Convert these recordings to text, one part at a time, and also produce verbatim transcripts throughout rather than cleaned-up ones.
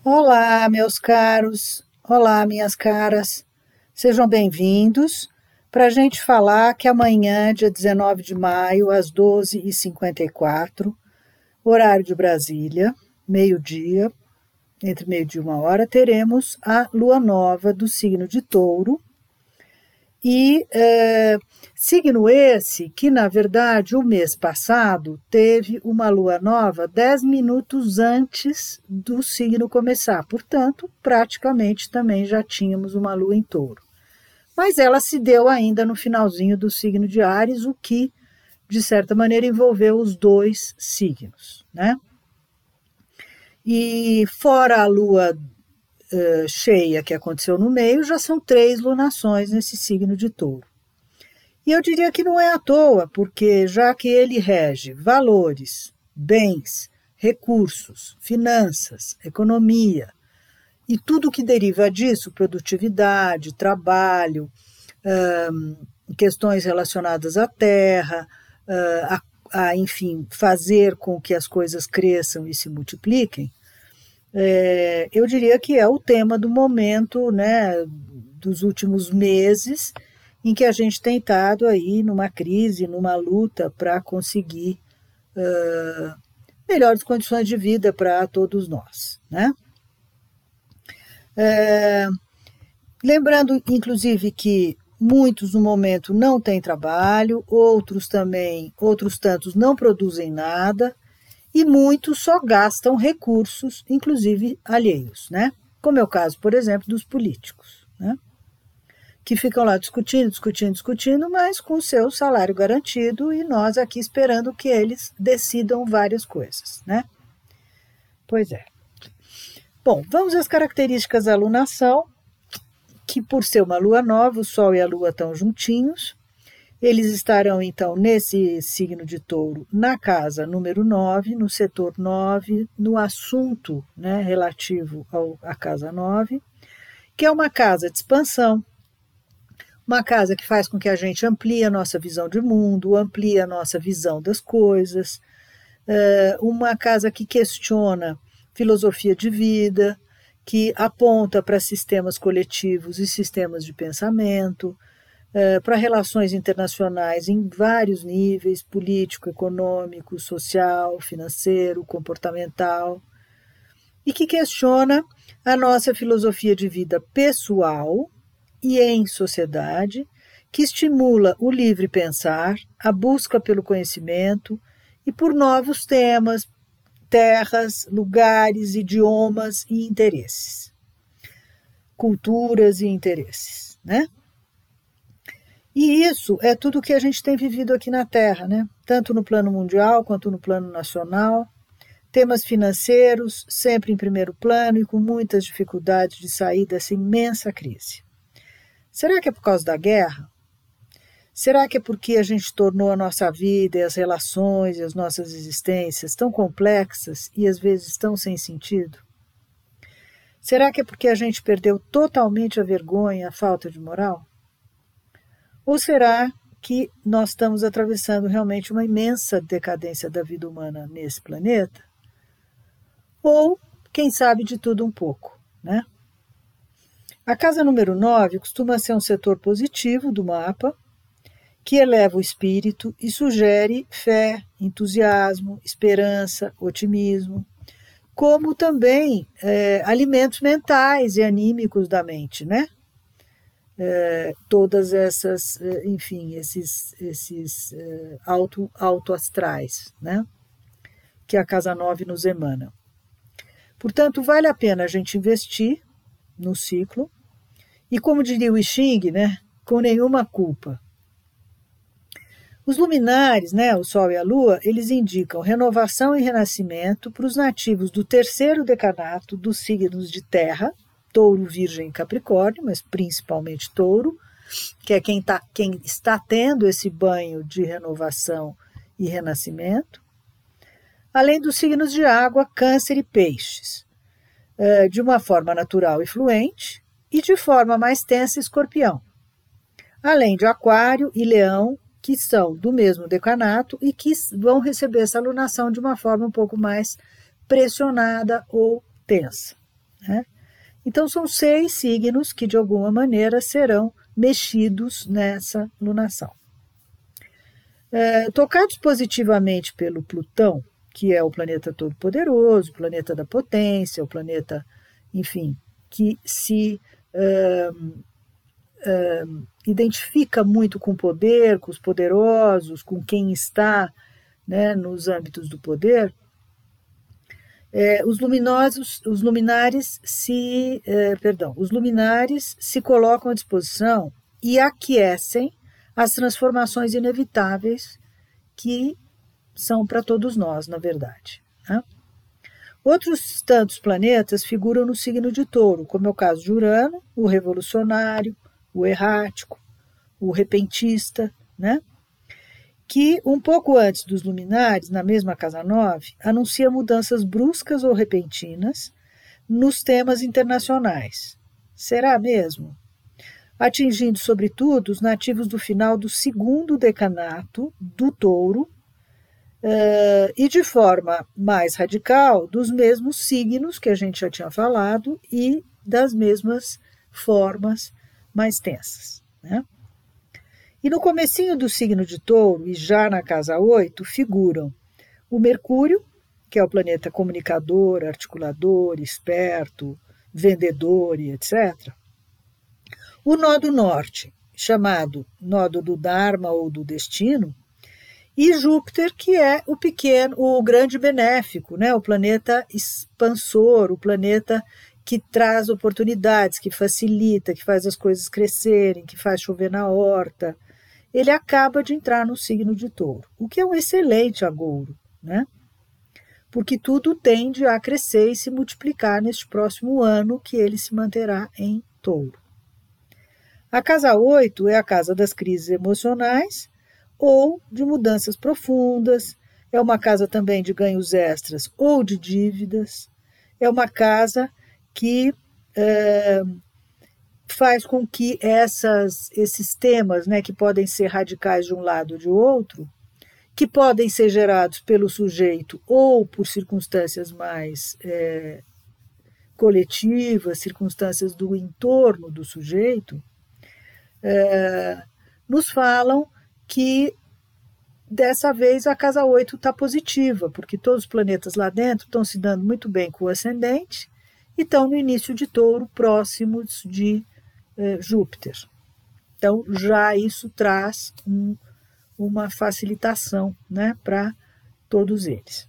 Olá, meus caros, olá, minhas caras, sejam bem-vindos para a gente falar que amanhã, dia dezenove de maio, às doze e cinquenta e quatro, horário de Brasília, meio-dia, entre meio-dia e uma hora, teremos a lua nova do signo de Touro. E é, signo esse que, na verdade, o mês passado teve uma lua nova dez minutos antes do signo começar. Portanto, praticamente também já tínhamos uma lua em Touro. Mas ela se deu ainda no finalzinho do signo de Áries, o que, de certa maneira, envolveu os dois signos, né? E fora a lua uh, cheia que aconteceu no meio, já são três lunações nesse signo de Touro. E eu diria que não é à toa, porque já que ele rege valores, bens, recursos, finanças, economia e tudo que deriva disso, produtividade, trabalho, hum, questões relacionadas à terra, a, a, enfim, fazer com que as coisas cresçam e se multipliquem, é, eu diria que é o tema do momento, né, dos últimos meses, em que a gente tem estado aí numa crise, numa luta para conseguir uh, melhores condições de vida para todos nós, né? É, lembrando, inclusive, que muitos no momento não têm trabalho, outros também, outros tantos não produzem nada, e muitos só gastam recursos, inclusive alheios, né? Como é o caso, por exemplo, dos políticos, né? Que ficam lá discutindo, discutindo, discutindo, mas com o seu salário garantido e nós aqui esperando que eles decidam várias coisas, né? Pois é. Bom, vamos às características da alunação, que por ser uma lua nova, o Sol e a Lua estão juntinhos. Eles estarão, então, nesse signo de Touro, na casa número nove, no setor nove, no assunto, né, relativo ao, à casa nove, que é uma casa de expansão, uma casa que faz com que a gente amplie a nossa visão de mundo, amplie a nossa visão das coisas, uma casa que questiona filosofia de vida, que aponta para sistemas coletivos e sistemas de pensamento, para relações internacionais em vários níveis, político, econômico, social, financeiro, comportamental, e que questiona a nossa filosofia de vida pessoal e em sociedade, que estimula o livre pensar, a busca pelo conhecimento e por novos temas, terras, lugares, idiomas e interesses, culturas e interesses, né? E isso é tudo o que a gente tem vivido aqui na Terra, né? Tanto no plano mundial quanto no plano nacional. Temas financeiros sempre em primeiro plano e com muitas dificuldades de sair dessa imensa crise. Será que é por causa da guerra? Será que é porque a gente tornou a nossa vida e as relações e as nossas existências tão complexas e às vezes tão sem sentido? Será que é porque a gente perdeu totalmente a vergonha, a falta de moral? Ou será que nós estamos atravessando realmente uma imensa decadência da vida humana nesse planeta? Ou, quem sabe, de tudo um pouco, né? A casa número nove costuma ser um setor positivo do mapa, que eleva o espírito e sugere fé, entusiasmo, esperança, otimismo, como também é, alimentos mentais e anímicos da mente, né? É, todas essas, enfim, esses, esses é, auto, autoastrais, né? Que a casa nove nos emana. Portanto, vale a pena a gente investir no ciclo e, como diria o I Ching, né? Com nenhuma culpa. Os luminares, né, o Sol e a Lua, eles indicam renovação e renascimento para os nativos do terceiro decanato dos signos de terra, Touro, Virgem e Capricórnio, mas principalmente Touro, que é quem, tá, quem está tendo esse banho de renovação e renascimento, além dos signos de água, Câncer e Peixes, de uma forma natural e fluente, e de forma mais tensa, Escorpião, além de Aquário e Leão, que são do mesmo decanato e que vão receber essa alunação de uma forma um pouco mais pressionada ou tensa, né? Então, são seis signos que, de alguma maneira, serão mexidos nessa lunação. É, tocados positivamente pelo Plutão, que é o planeta todo-poderoso, o planeta da potência, o planeta, enfim, que se uh, uh, identifica muito com o poder, com os poderosos, com quem está, né, nos âmbitos do poder. É, os luminosos, os luminares se, é, perdão, os luminares se colocam à disposição e aquecem as transformações inevitáveis que são para todos nós, na verdade, né? Outros tantos planetas figuram no signo de Touro, como é o caso de Urano, o revolucionário, o errático, o repentista, né? Que, um pouco antes dos luminares, na mesma casa nove, anuncia mudanças bruscas ou repentinas nos temas internacionais. Será mesmo? Atingindo, sobretudo, os nativos do final do segundo decanato do Touro, uh, e, de forma mais radical, dos mesmos signos que a gente já tinha falado e das mesmas formas mais tensas, né? E no comecinho do signo de Touro, e já na casa oito, figuram o Mercúrio, que é o planeta comunicador, articulador, esperto, vendedor e etcétera. O nó do norte, chamado nó do Dharma ou do destino, e Júpiter, que é o pequeno, o grande benéfico, né? O planeta expansor, o planeta que traz oportunidades, que facilita, que faz as coisas crescerem, que faz chover na horta. Ele acaba de entrar no signo de Touro, o que é um excelente agouro, né? Porque tudo tende a crescer e se multiplicar neste próximo ano que ele se manterá em Touro. A casa oito é a casa das crises emocionais ou de mudanças profundas, é uma casa também de ganhos extras ou de dívidas, é uma casa que é, faz com que essas, esses temas, né, que podem ser radicais de um lado ou de outro, que podem ser gerados pelo sujeito ou por circunstâncias mais é, coletivas, circunstâncias do entorno do sujeito, é, nos falam que dessa vez a casa oito está positiva, porque todos os planetas lá dentro estão se dando muito bem com o ascendente e estão no início de Touro, próximos de eh, Júpiter. Então, já isso traz um, uma facilitação, né, para todos eles.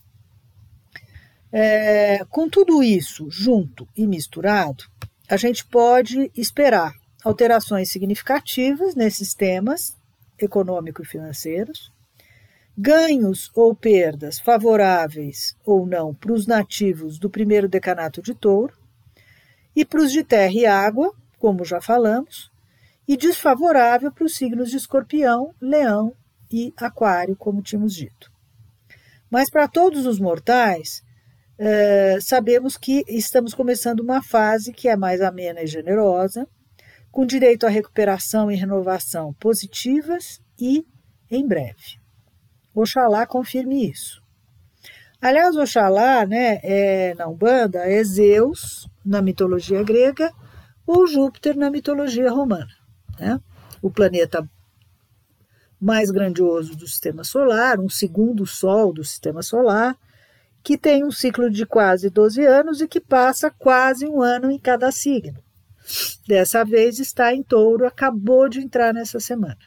É, com tudo isso junto e misturado, a gente pode esperar alterações significativas nesses temas econômico e financeiros, ganhos ou perdas favoráveis ou não para os nativos do primeiro decanato de Touro e para os de terra e água, como já falamos, e desfavorável para os signos de Escorpião, Leão e Aquário, como tínhamos dito. Mas para todos os mortais, eh, sabemos que estamos começando uma fase que é mais amena e generosa, com direito à recuperação e renovação positivas e em breve. Oxalá confirme isso. Aliás, Oxalá, né, é, na Umbanda, é Zeus, na mitologia grega, ou Júpiter, na mitologia romana, né? O planeta mais grandioso do sistema solar, um segundo sol do sistema solar, que tem um ciclo de quase doze anos e que passa quase um ano em cada signo. Dessa vez está em Touro, acabou de entrar nessa semana.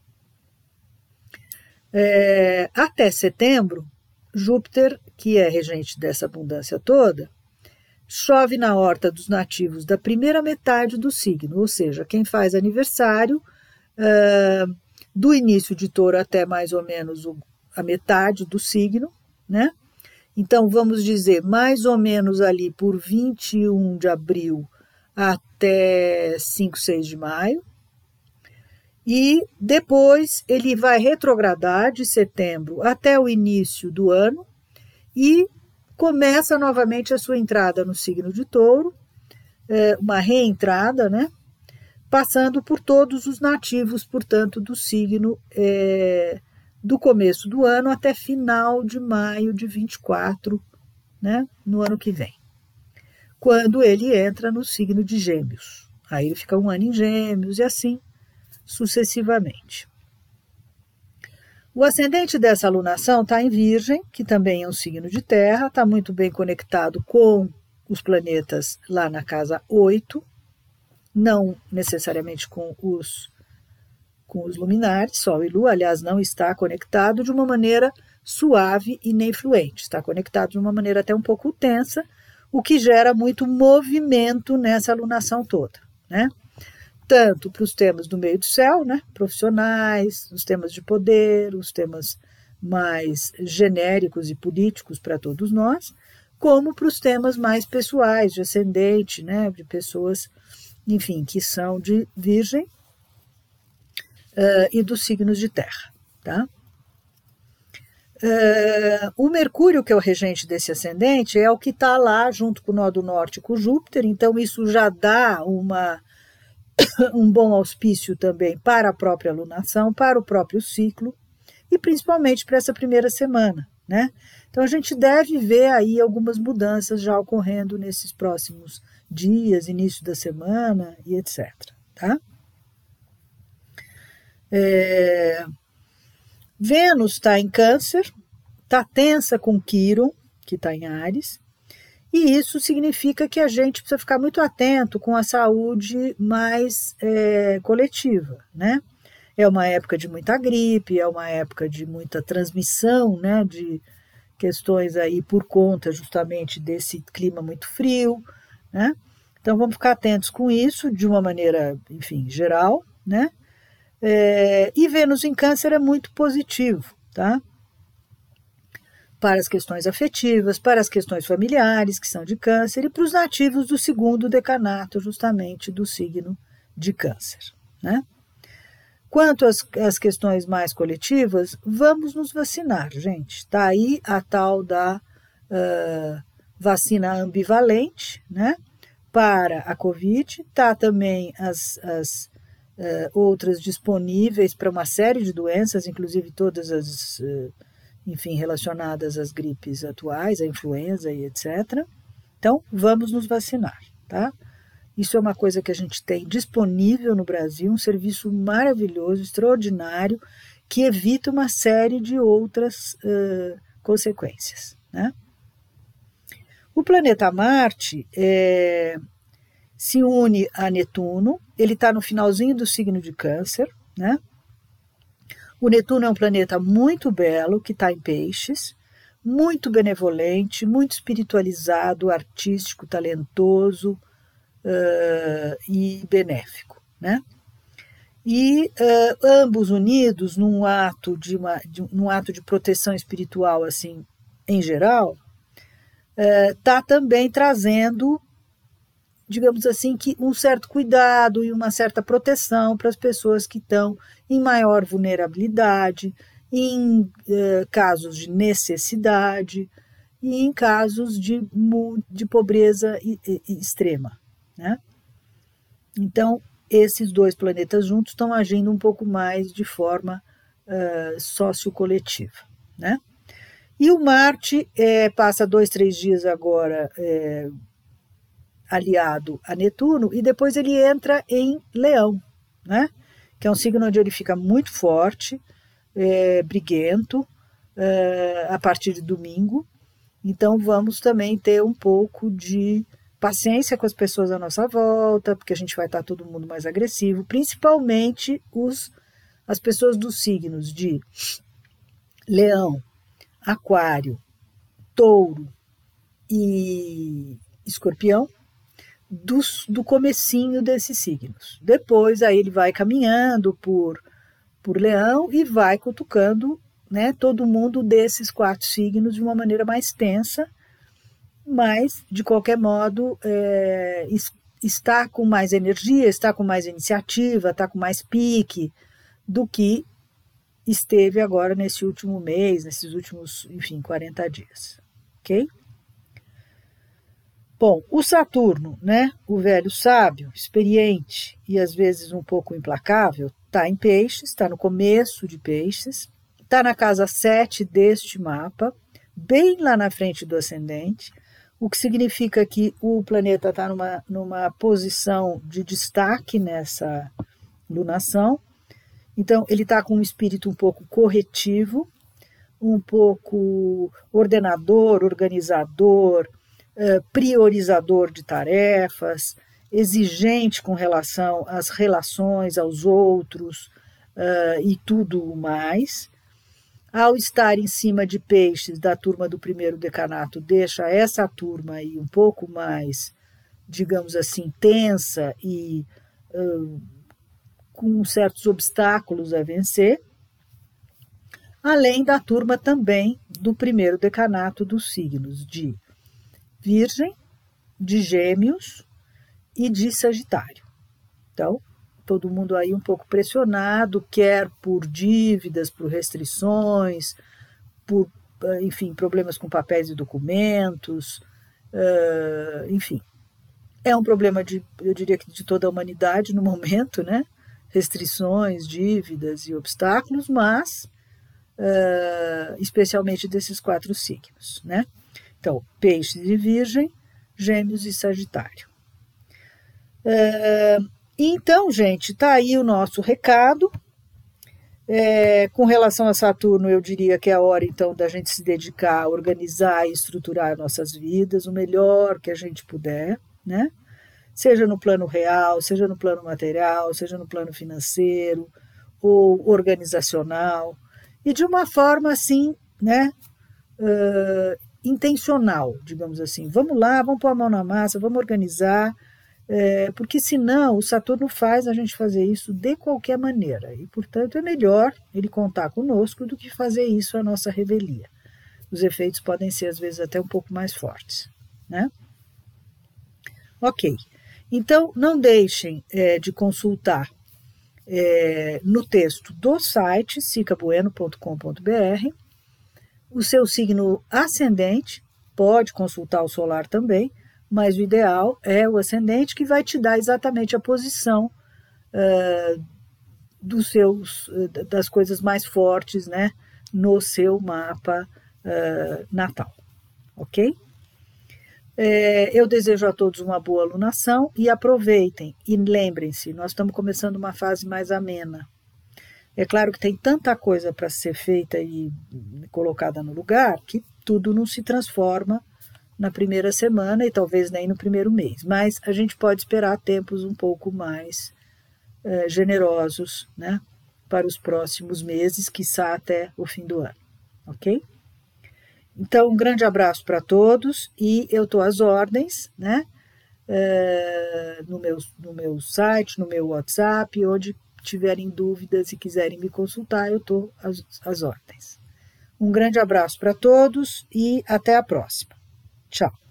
É, até setembro, Júpiter, que é regente dessa abundância toda, chove na horta dos nativos da primeira metade do signo, ou seja, quem faz aniversário uh, do início de Touro até mais ou menos o, a metade do signo, né? Então, vamos dizer, mais ou menos ali por vinte e um de abril até cinco, seis de maio, e depois ele vai retrogradar de setembro até o início do ano e começa novamente a sua entrada no signo de Touro, uma reentrada, né? Passando por todos os nativos, portanto, do signo é, do começo do ano até final de maio de vinte e quatro, né? No ano que vem. quando ele entra no signo de Gêmeos. Aí ele fica um ano em Gêmeos e assim sucessivamente. O ascendente dessa alunação está em Virgem, que também é um signo de terra, está muito bem conectado com os planetas lá na casa oito, não necessariamente com os, com os luminares, Sol e Lua, aliás, não está conectado de uma maneira suave e nem fluente, está conectado de uma maneira até um pouco tensa, o que gera muito movimento nessa alunação toda, né? Tanto para os temas do meio do céu, né, profissionais, os temas de poder, os temas mais genéricos e políticos para todos nós, como para os temas mais pessoais, de ascendente, né, de pessoas, enfim, que são de Virgem uh, e dos signos de terra. Tá? Uh, o Mercúrio, que é o regente desse ascendente, é o que está lá junto com o nó do norte com o Júpiter, então isso já dá uma... um bom auspício também para a própria alunação, para o próprio ciclo e principalmente para essa primeira semana, né? Então a gente deve ver aí algumas mudanças já ocorrendo nesses próximos dias, início da semana e etcétera. Tá? É... Vênus está em Câncer, está tensa com Quirón, que está em Áries, e isso significa que a gente precisa ficar muito atento com a saúde mais é, coletiva, né? É uma época de muita gripe, é uma época de muita transmissão, né, de questões aí por conta justamente desse clima muito frio, né? Então vamos ficar atentos com isso de uma maneira, enfim, geral, né? É, e Vênus em Câncer é muito positivo, tá? Para as questões afetivas, para as questões familiares, que são de Câncer, e para os nativos do segundo decanato, justamente do signo de Câncer, né? Quanto às, às questões mais coletivas, vamos nos vacinar, gente. Está aí a tal da uh, vacina ambivalente, né? Para a Covid, está também as, as uh, outras disponíveis para uma série de doenças, inclusive todas as... Uh, enfim, relacionadas às gripes atuais, à influenza e etcétera. Então, vamos nos vacinar, tá? Isso é uma coisa que a gente tem disponível no Brasil, um serviço maravilhoso, extraordinário, que evita uma série de outras uh, consequências, né? O planeta Marte é, se une a Netuno, ele está no finalzinho do signo de Câncer, né? O Netuno é um planeta muito belo, que está em Peixes, muito benevolente, muito espiritualizado, artístico, talentoso uh, e benéfico, né? E uh, ambos unidos num ato de, uma, de, num ato de proteção espiritual, assim, em geral, está uh, também trazendo, digamos assim, que um certo cuidado e uma certa proteção para as pessoas que estão em maior vulnerabilidade, em eh, casos de necessidade e em casos de, de pobreza e, e, extrema, né? Então, esses dois planetas juntos estão agindo um pouco mais de forma uh, sociocoletiva, né? E o Marte é, passa dois, três dias agora é, aliado a Netuno e depois ele entra em Leão, né? Que é um signo onde ele fica muito forte, é, briguento, é, a partir de domingo. Então vamos também ter um pouco de paciência com as pessoas à nossa volta, porque a gente vai estar todo mundo mais agressivo, principalmente os, as pessoas dos signos de Leão, Aquário, Touro e Escorpião, Do, do comecinho desses signos. Depois aí ele vai caminhando por, por Leão e vai cutucando, né, todo mundo desses quatro signos de uma maneira mais tensa, mas de qualquer modo é, está com mais energia, está com mais iniciativa, está com mais pique do que esteve agora nesse último mês, nesses últimos, enfim, quarenta dias, ok? Bom, o Saturno, né, o velho sábio, experiente e às vezes um pouco implacável, está em Peixes, está no começo de Peixes, está na casa sete deste mapa, bem lá na frente do ascendente. o que significa que o planeta está numa, numa posição de destaque nessa lunação. Então, ele está com um espírito um pouco corretivo, um pouco ordenador, organizador, priorizador de tarefas, exigente com relação às relações aos outros e tudo mais. Ao estar em cima de Peixes, da turma do primeiro decanato, deixa essa turma aí um pouco mais, digamos assim, tensa e uh, com certos obstáculos a vencer, além da turma também do primeiro decanato dos signos de Virgem, de Gêmeos e de Sagitário. Então, todo mundo aí um pouco pressionado, quer por dívidas, por restrições, por, enfim, problemas com papéis e documentos, uh, enfim. É um problema, de, eu diria que de toda a humanidade no momento, né? Restrições, dívidas e obstáculos, mas uh, especialmente desses quatro signos, né? Então, Peixes e Virgem, Gêmeos e Sagitário. Uh, Então, gente, está aí o nosso recado. É, com relação a Saturno, eu diria que é a hora, então, da gente se dedicar a organizar e estruturar nossas vidas o melhor que a gente puder, né? Seja no plano real, seja no plano material, seja no plano financeiro ou organizacional, e de uma forma, assim, né, uh, intencional, digamos assim. Vamos lá, vamos pôr a mão na massa, vamos organizar, É, porque senão o Saturno faz a gente fazer isso de qualquer maneira, e portanto é melhor ele contar conosco do que fazer isso à nossa revelia. Os efeitos podem ser às vezes até um pouco mais fortes, né? Ok, então não deixem é, de consultar é, no texto do site sica bueno ponto com ponto b r o seu signo ascendente, pode consultar o solar também, mas o ideal é o ascendente, que vai te dar exatamente a posição uh, dos seus, uh, das coisas mais fortes, né, no seu mapa uh, natal, ok? É, eu desejo a todos uma boa alunação e aproveitem, e lembrem-se, nós estamos começando uma fase mais amena. É claro que tem tanta coisa para ser feita e colocada no lugar que tudo não se transforma na primeira semana e talvez nem no primeiro mês, mas a gente pode esperar tempos um pouco mais eh, generosos, né, para os próximos meses, quiçá até o fim do ano, ok? Então, um grande abraço para todos e eu estou às ordens, né, eh, no, meu, no meu site, no meu WhatsApp, onde tiverem dúvidas e quiserem me consultar, eu estou às, às ordens. Um grande abraço para todos e até a próxima. Tchau.